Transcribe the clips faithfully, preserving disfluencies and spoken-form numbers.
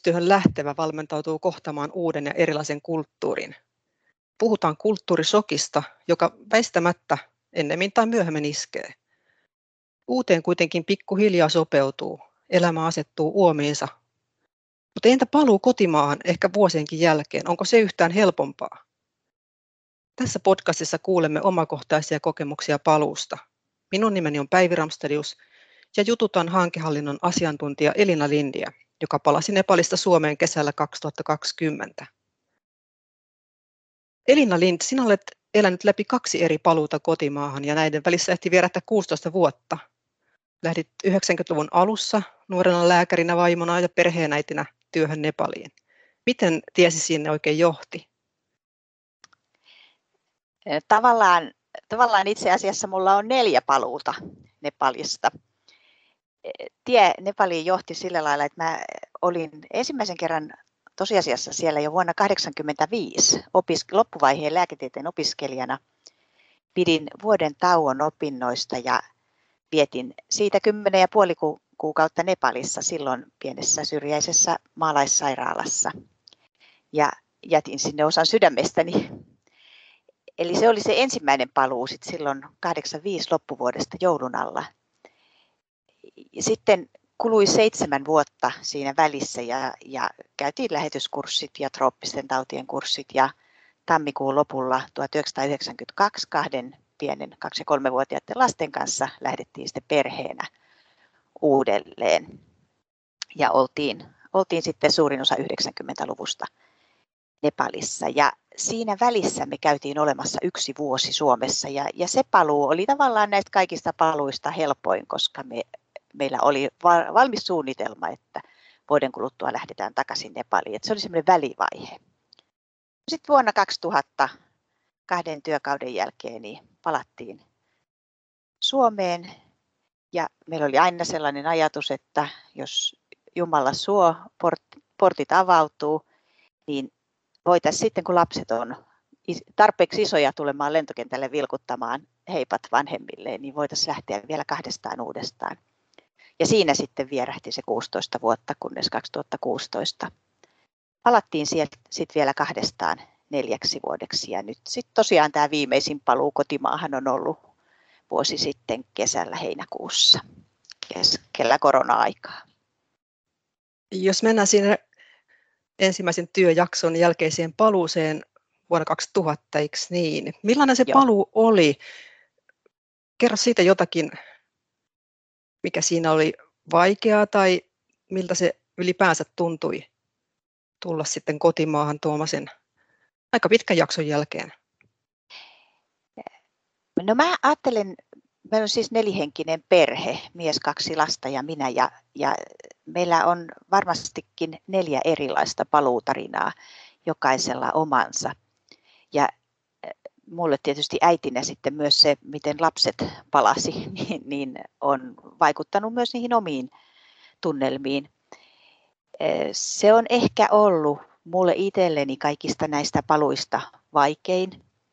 lähetystyöhön lähtevä valmentautuu kohtaamaan uuden ja erilaisen kulttuurin. Puhutaan kulttuurisokista, joka väistämättä ennemmin tai myöhemmin iskee. Uuteen kuitenkin pikkuhiljaa sopeutuu, elämä asettuu uomiinsa. Mutta entä paluu kotimaahan ehkä vuosienkin jälkeen, onko se yhtään helpompaa? Tässä podcastissa kuulemme omakohtaisia kokemuksia paluusta. Minun nimeni on Päivi Ramstadius ja jututan hankehallinnon asiantuntija Elina Lindiä, joka palasi Nepalista Suomeen kesällä kaksituhattakaksikymmentä. Elina Lind, sinä olet elänyt läpi kaksi eri paluuta kotimaahan ja näiden välissä ehti vierähtää kuusitoista vuotta. Lähdit yhdeksänkymmentäluvun alussa nuorena lääkärinä, vaimona ja perheenäitinä työhön Nepaliin. Miten tiesi sinne oikein johti? Tavallaan, tavallaan itse asiassa mulla on neljä paluuta Nepalista. Tie Nepaliin johti sillä lailla, että mä olin ensimmäisen kerran tosiasiassa siellä jo vuonna tuhatyhdeksänsataakahdeksankymmentäviisi opis- loppuvaiheen lääketieteen opiskelijana. Pidin vuoden tauon opinnoista ja vietin siitä kymmenen ja puoli ku- kuukautta Nepalissa silloin pienessä syrjäisessä maalaissairaalassa. Ja jätin sinne osan sydämestäni. Eli se oli se ensimmäinen paluu sit silloin kahdeksankymmentäviisi loppuvuodesta joulun alla. Sitten kului seitsemän vuotta siinä välissä ja, ja käytiin lähetyskurssit ja trooppisten tautien kurssit ja tammikuun lopulla tuhatyhdeksänsataayhdeksänkymmentäkaksi kahden pienen kaksi- ja kolmevuotiaiden lasten kanssa lähdettiin sitten perheenä uudelleen ja oltiin, oltiin sitten suurin osa yhdeksänkymmentäluvusta Nepalissa ja siinä välissä me käytiin olemassa yksi vuosi Suomessa ja, ja se paluu oli tavallaan näistä kaikista paluista helpoin, koska me meillä oli valmis suunnitelma, että vuoden kuluttua lähdetään takaisin Nepaliin. Että se oli semmoinen välivaihe. Sitten vuonna kaksituhatta kahden työkauden jälkeen niin palattiin Suomeen. Ja meillä oli aina sellainen ajatus, että jos Jumala suo, portit avautuu, niin voitaisiin sitten kun lapset on tarpeeksi isoja tulemaan lentokentälle vilkuttamaan heipat vanhemmilleen, niin voitaisiin lähteä vielä kahdestaan uudestaan. Ja siinä sitten vierähti se kuusitoista vuotta, kunnes kaksituhattakuusitoista palattiin sieltä sitten vielä kahdestaan neljäksi vuodeksi. Ja nyt sitten tosiaan tämä viimeisin paluu kotimaahan on ollut vuosi sitten kesällä heinäkuussa keskellä korona-aikaa. Jos mennään siinä ensimmäisen työjakson jälkeiseen paluuseen vuonna kaksituhatta, eikö niin? Millainen se Joo. paluu oli? Kerro siitä jotakin. Mikä siinä oli vaikeaa tai miltä se ylipäänsä tuntui tulla sitten kotimaahan tuomaisen aika pitkän jakson jälkeen? No mä ajattelen, meillä on siis nelihenkinen perhe, mies, kaksi lasta ja minä ja, ja meillä on varmastikin neljä erilaista paluutarinaa, jokaisella omansa. Ja mulle tietysti äitinä sitten myös se, miten lapset palasi, niin, niin on vaikuttanut myös niihin omiin tunnelmiin. Se on ehkä ollut mulle itselleni kaikista näistä paluista vaikein.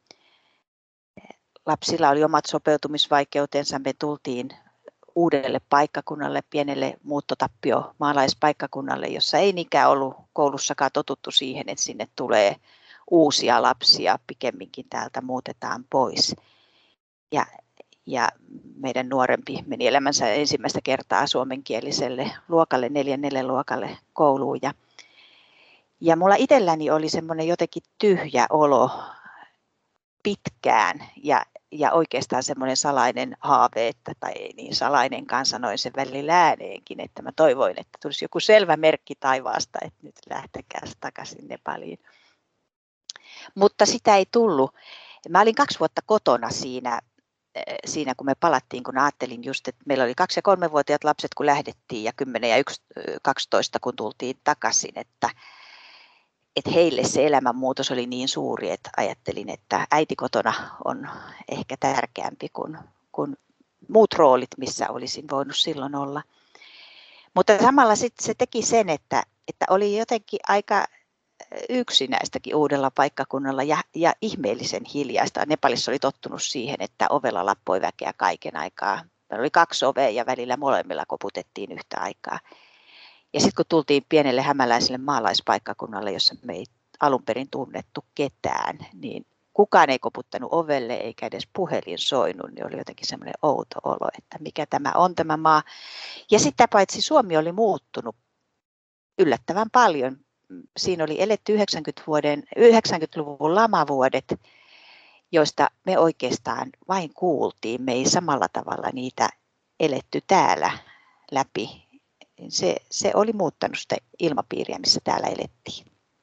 Lapsilla oli omat sopeutumisvaikeutensa. Me tultiin uudelle paikkakunnalle, pienelle muuttotappio maalaispaikkakunnalle, jossa ei niinkään ollut koulussakaan totuttu siihen, että sinne tulee uusia lapsia, pikemminkin täältä muutetaan pois. Ja, ja meidän nuorempi meni elämänsä ensimmäistä kertaa suomenkieliselle luokalle, neljännelle luokalle kouluun. Ja, ja mulla itselläni oli semmoinen jotenkin tyhjä olo pitkään ja, ja oikeastaan semmoinen salainen haave, että, tai ei niin salainenkaan, sanoin sen välillä ääneenkin, että mä toivoin, että tulisi joku selvä merkki taivaasta, että nyt lähtekää takaisin Nepaliin. Mutta sitä ei tullut. Mä olin kaksi vuotta kotona siinä, siinä kun me palattiin, kun ajattelin just, että meillä oli kaksi- ja kolmevuotiaat lapset, kun lähdettiin, ja kymmenen ja yksi, kaksitoista, kun tultiin takaisin, että, että heille se elämänmuutos oli niin suuri, että ajattelin, että äiti kotona on ehkä tärkeämpi kuin, kuin muut roolit, missä olisin voinut silloin olla. Mutta samalla sitten se teki sen, että, että oli jotenkin aika yksinäistäkin uudella paikkakunnalla ja, ja ihmeellisen hiljaista. Nepalissa oli tottunut siihen, että ovella lappoi väkeä kaiken aikaa. Meillä oli kaksi ovea ja välillä molemmilla koputettiin yhtä aikaa. Ja sitten kun tultiin pienelle hämäläiselle maalaispaikkakunnalle, jossa me ei alun perin tunnettu ketään, niin kukaan ei koputtanut ovelle eikä edes puhelin soinut, niin oli jotenkin semmoinen outo olo, että mikä tämä on tämä maa. Ja sitä paitsi Suomi oli muuttunut yllättävän paljon. Siinä oli eletty yhdeksänkymmentäluvun lamavuodet, joista me oikeastaan vain kuultiin. Me ei samalla tavalla niitä eletty täällä läpi. Se, se oli muuttanut sitä ilmapiiriä, missä täällä elettiin.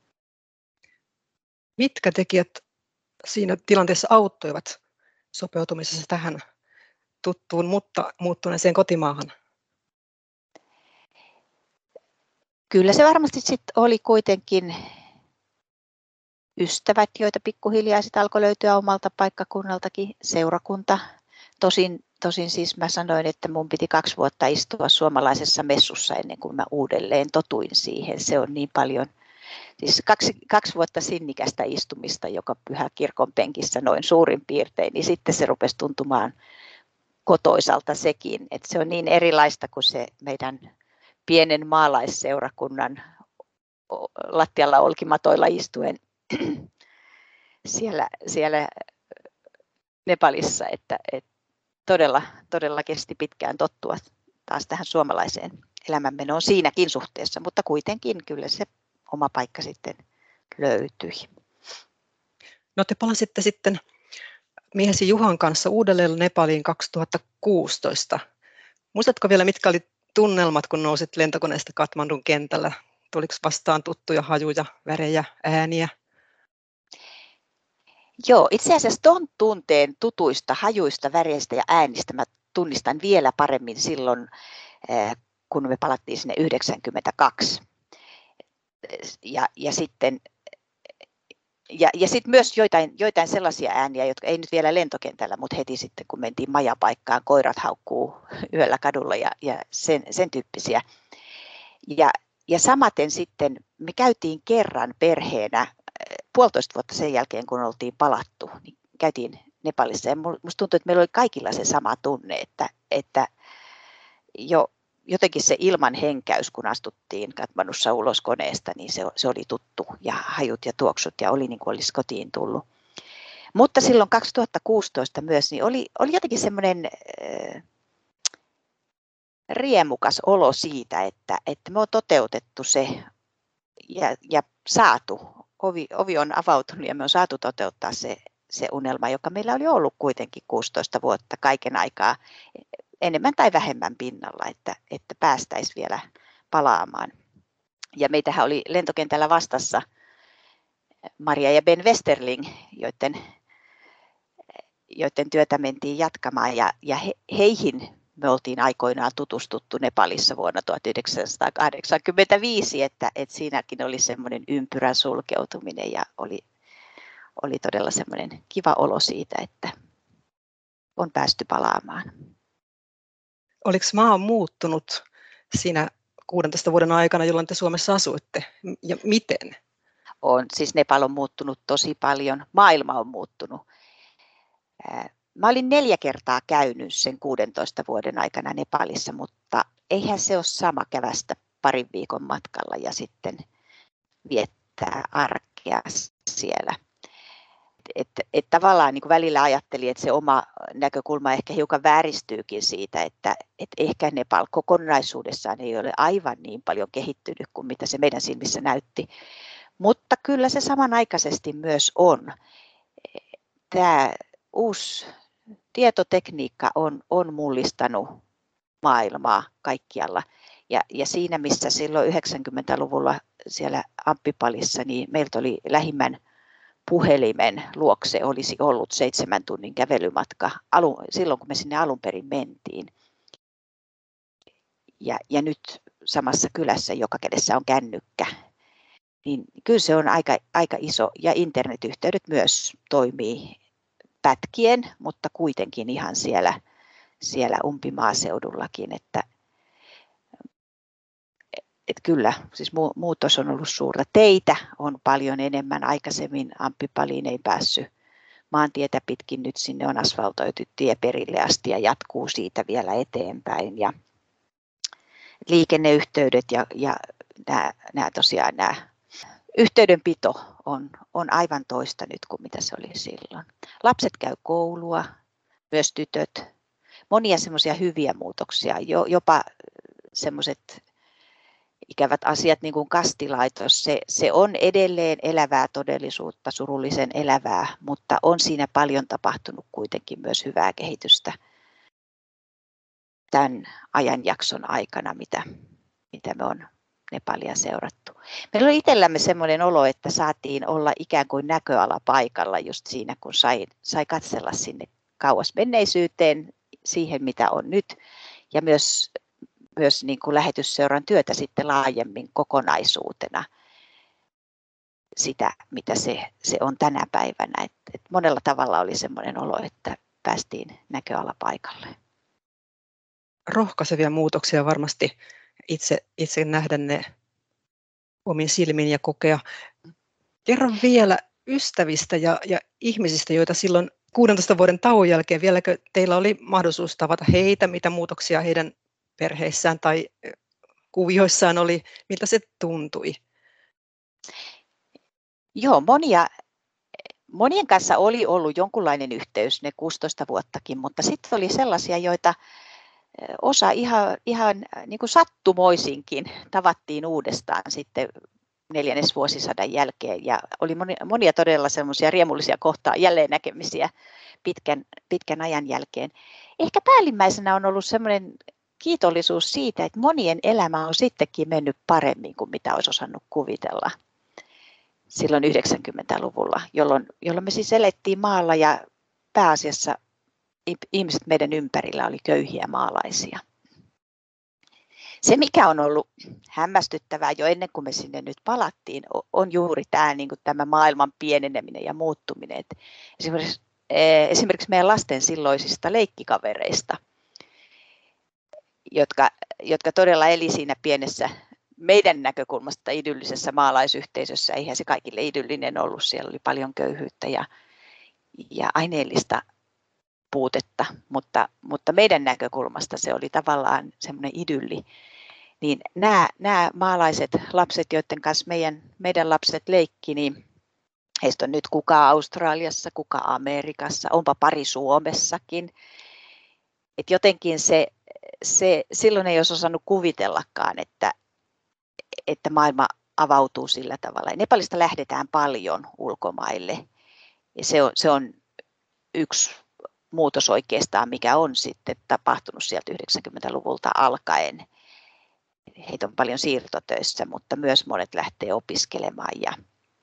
Mitkä tekijät siinä tilanteessa auttoivat sopeutumisessa tähän tuttuun, mutta muuttuneeseen kotimaahan? Kyllä se varmasti sitten oli kuitenkin ystävät, joita pikkuhiljaa sitten alkoi löytyä omalta paikkakunnaltakin, seurakunta. Tosin, tosin siis mä sanoin, että mun piti kaksi vuotta istua suomalaisessa messussa ennen kuin mä uudelleen totuin siihen. Se on niin paljon, siis kaksi, kaksi vuotta sinnikästä istumista joka pyhä kirkon penkissä noin suurin piirtein, niin sitten se rupesi tuntumaan kotoisalta sekin. Että se on niin erilaista kuin se meidän pienen maalaisseurakunnan lattialla olkimatoilla istuen siellä, siellä Nepalissa, että, että todella, todella kesti pitkään tottua taas tähän suomalaiseen elämänmenoon siinäkin suhteessa, mutta kuitenkin kyllä se oma paikka sitten löytyi. No te palasitte sitten miehesi Juhan kanssa uudelleen Nepaliin kaksituhattakuusitoista. Muistatko vielä, mitkä oli tunnelmat, kun nousit lentokoneesta Katmandun kentällä? Tuliko vastaan tuttuja hajuja, värejä, ääniä? Joo, itse asiassa ton tunteen tutuista hajuista, väreistä ja äänistä mä tunnistan vielä paremmin silloin, kun me palattiin sinne yhdeksänkymmentäkaksi. Ja, ja sitten ja, ja sitten myös joitain, joitain sellaisia ääniä, jotka ei nyt vielä lentokentällä, mutta heti sitten kun mentiin majapaikkaan, koirat haukkuu yöllä kadulla ja, ja sen, sen tyyppisiä. Ja, ja samaten sitten me käytiin kerran perheenä puolitoista vuotta sen jälkeen, kun oltiin palattu, niin käytiin Nepalissa. Ja musta tuntuu, että meillä oli kaikilla se sama tunne, että, että jo jotenkin se ilman henkäys, kun astuttiin Katmandussa ulos koneesta, niin se, se oli tuttu ja hajut ja tuoksut ja oli niin kuin olisi kotiin tullut. Mutta silloin kaksituhattakuusitoista myös niin oli, oli jotenkin semmoinen äh, riemukas olo siitä, että, että me on toteutettu se ja, ja saatu, ovi, ovi on avautunut ja me on saatu toteuttaa se, se unelma, joka meillä oli ollut kuitenkin kuusitoista vuotta kaiken aikaa. Enemmän tai vähemmän pinnalla, että, että päästäisiin vielä palaamaan. Ja meitähän oli lentokentällä vastassa Maria ja Ben Westerling, joiden, joiden työtä mentiin jatkamaan. Ja, ja he, heihin me oltiin aikoinaan tutustuttu Nepalissa vuonna tuhatyhdeksänsataakahdeksankymmentäviisi, että, että siinäkin oli semmoinen ympyrän sulkeutuminen ja oli, oli todella semmoinen kiva olo siitä, että on päästy palaamaan. Oliko maa muuttunut siinä kuudentoista vuoden aikana, jolloin te Suomessa asuitte? Ja miten? On, siis Nepal on muuttunut tosi paljon. Maailma on muuttunut. Mä olin neljä kertaa käynyt sen kuudentoista vuoden aikana Nepalissa, mutta eihän se ole sama kävästä parin viikon matkalla ja sitten viettää arkea siellä. Että et tavallaan niin kuin välillä ajattelin, että se oma näkökulma ehkä hiukan vääristyykin siitä, että et ehkä Nepal kokonaisuudessaan ei ole aivan niin paljon kehittynyt kuin mitä se meidän silmissä näytti. Mutta kyllä se samanaikaisesti myös on. Tämä uusi tietotekniikka on, on mullistanut maailmaa kaikkialla. Ja, ja siinä, missä silloin yhdeksänkymmentäluvulla siellä Amppipalissa, niin meiltä oli lähimmän puhelimen luokse olisi ollut seitsemän tunnin kävelymatka alun, silloin, kun me sinne alun perin mentiin. Ja, ja nyt samassa kylässä joka kädessä on kännykkä. Niin kyllä se on aika, aika iso ja internetyhteydet myös toimii pätkien, mutta kuitenkin ihan siellä, siellä umpimaaseudullakin. Että, et kyllä, siis muutos on ollut suurta. Teitä on paljon enemmän. Aikaisemmin Amppipaliin ei päässyt maantietä pitkin. Nyt sinne on asfaltoitu tie perille asti ja jatkuu siitä vielä eteenpäin. Ja, liikenneyhteydet ja, ja nämä, nämä tosiaan nämä yhteydenpito on, on aivan toista nyt kuin mitä se oli silloin. Lapset käy koulua, myös tytöt. Monia semmoisia hyviä muutoksia, jo, jopa semmoiset ikävät asiat niin kuin kastilaitos, se, se on edelleen elävää todellisuutta, surullisen elävää, mutta on siinä paljon tapahtunut kuitenkin myös hyvää kehitystä tämän ajanjakson aikana, mitä, mitä me on Nepalia seurattu. Meillä oli itsellämme semmoinen olo, että saatiin olla ikään kuin näköala paikalla just siinä, kun sai, sai katsella sinne kauas menneisyyteen, siihen mitä on nyt, ja myös, myös niin kuin lähetysseuran työtä sitten laajemmin kokonaisuutena sitä, mitä se, se on tänä päivänä. Et, et monella tavalla oli semmoinen olo, että päästiin näköala paikalle. Rohkaisevia muutoksia varmasti itse, itse nähdä ne omin silmin ja kokea. Kerro vielä ystävistä ja, ja ihmisistä, joita silloin kuudentoista vuoden tauon jälkeen, vieläkö teillä oli mahdollisuus tavata heitä, mitä muutoksia heidän perheissään tai kuvioissaan oli, miltä se tuntui? Joo, monia, monien kanssa oli ollut jonkunlainen yhteys ne kuusitoista vuottakin, mutta sitten oli sellaisia, joita osa ihan, ihan niin kuin sattumoisinkin tavattiin uudestaan sitten neljännesvuosisadan jälkeen ja oli monia, monia todella semmoisia riemullisia kohtaa jälleen näkemisiä pitkän, pitkän ajan jälkeen. Ehkä päällimmäisenä on ollut semmoinen kiitollisuus siitä, että monien elämä on sittenkin mennyt paremmin kuin mitä olisi osannut kuvitella silloin yhdeksänkymmentäluvulla, jolloin, jolloin me siis elettiin maalla ja pääasiassa ihmiset meidän ympärillä oli köyhiä maalaisia. Se, mikä on ollut hämmästyttävää jo ennen kuin me sinne nyt palattiin, on juuri tämä, niin kuin tämä maailman pieneneminen ja muuttuminen. Et esimerkiksi, esimerkiksi meidän lasten silloisista leikkikavereista, jotka, jotka todella eli siinä pienessä meidän näkökulmasta idyllisessä maalaisyhteisössä. Eihän se kaikille idyllinen ollut, siellä oli paljon köyhyyttä ja, ja aineellista puutetta, mutta, mutta meidän näkökulmasta se oli tavallaan semmoinen idylli. Niin nämä, nämä maalaiset lapset, joiden kanssa meidän, meidän lapset leikki, niin heistä on nyt kuka Australiassa, kuka Amerikassa, onpa pari Suomessakin. Et jotenkin se, se, silloin ei olisi osannut kuvitellakaan, että, että maailma avautuu sillä tavalla. Ja Nepalista lähdetään paljon ulkomaille ja se on, se on yksi muutos oikeastaan, mikä on sitten tapahtunut sieltä yhdeksänkymmentäluvulta alkaen. Heitä on paljon siirtotöissä, mutta myös monet lähtee opiskelemaan. Ja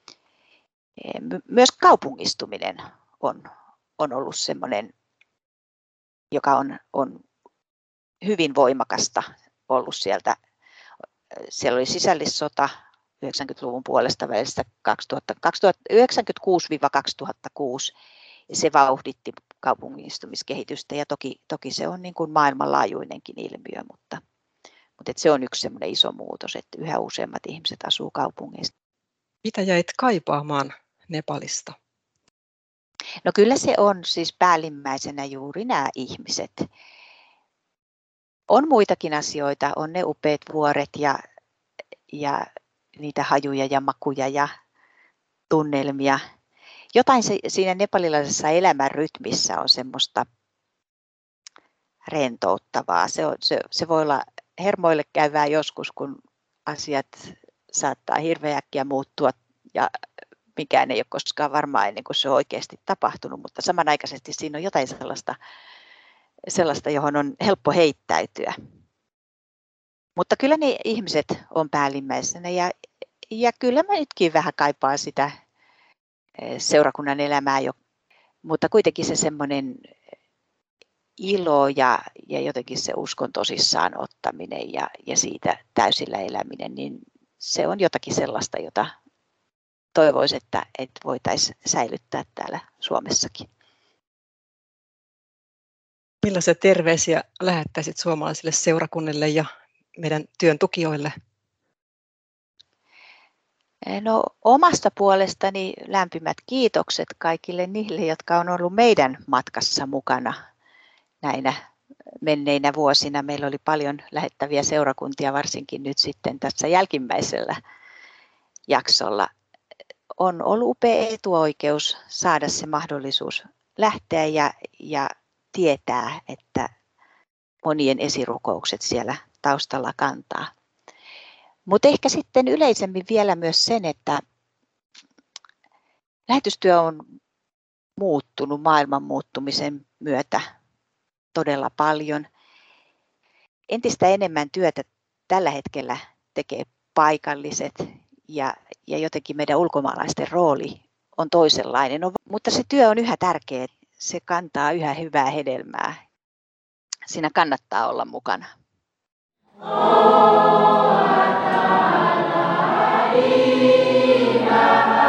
myös kaupungistuminen on, on ollut semmoinen, joka on, on hyvin voimakasta ollut sieltä. Siellä oli sisällissota yhdeksänkymmentäluvun puolesta välistä yhdeksänkymmentäkuusi kaksituhattakuusi. Ja se vauhditti kaupungistumiskehitystä ja toki, toki se on niin kuin maailmanlaajuinenkin ilmiö, mutta, mutta se on yksi semmoinen iso muutos, että yhä useammat ihmiset asuu kaupungeissa. Mitä jäit kaipaamaan Nepalista? No kyllä se on siis päällimmäisenä juuri nämä ihmiset. On muitakin asioita, on ne upeat vuoret ja, ja niitä hajuja ja makuja ja tunnelmia. Jotain se, siinä nepalilaisessa elämän rytmissä on semmoista rentouttavaa. Se, on, se, se voi olla hermoille käyvää joskus, kun asiat saattaa hirveän äkkiä muuttua ja mikään ei ole koskaan varmaan ennen kuin se on oikeasti tapahtunut, mutta samanaikaisesti siinä on jotain sellaista, sellaista johon on helppo heittäytyä. Mutta kyllä ne ihmiset on päällimmäisenä ja, ja kyllä mä nytkin vähän kaipaan sitä seurakunnan elämää, jo, mutta kuitenkin se semmoinen ilo ja, ja jotenkin se uskon tosissaan ottaminen ja, ja siitä täysillä eläminen, niin se on jotakin sellaista, jota toivoisin, että, että voitaisiin säilyttää täällä Suomessakin. Millaisia terveisiä lähettäisit suomalaisille seurakunnille ja meidän työn tukijoille? No, omasta puolestani lämpimät kiitokset kaikille niille, jotka on ollut meidän matkassa mukana näinä menneinä vuosina. Meillä oli paljon lähettäviä seurakuntia, varsinkin nyt sitten tässä jälkimmäisellä jaksolla. On ollut upea etuoikeus saada se mahdollisuus lähteä ja, ja tietää, että monien esirukoukset siellä taustalla kantaa. Mutta ehkä sitten yleisemmin vielä myös sen, että lähetystyö on muuttunut maailman muuttumisen myötä todella paljon. Entistä enemmän työtä tällä hetkellä tekee paikalliset ja, ja jotenkin meidän ulkomaalaisten rooli on toisenlainen, no, mutta se työ on yhä tärkeä, se kantaa yhä hyvää hedelmää. Siinä kannattaa olla mukana. Oh,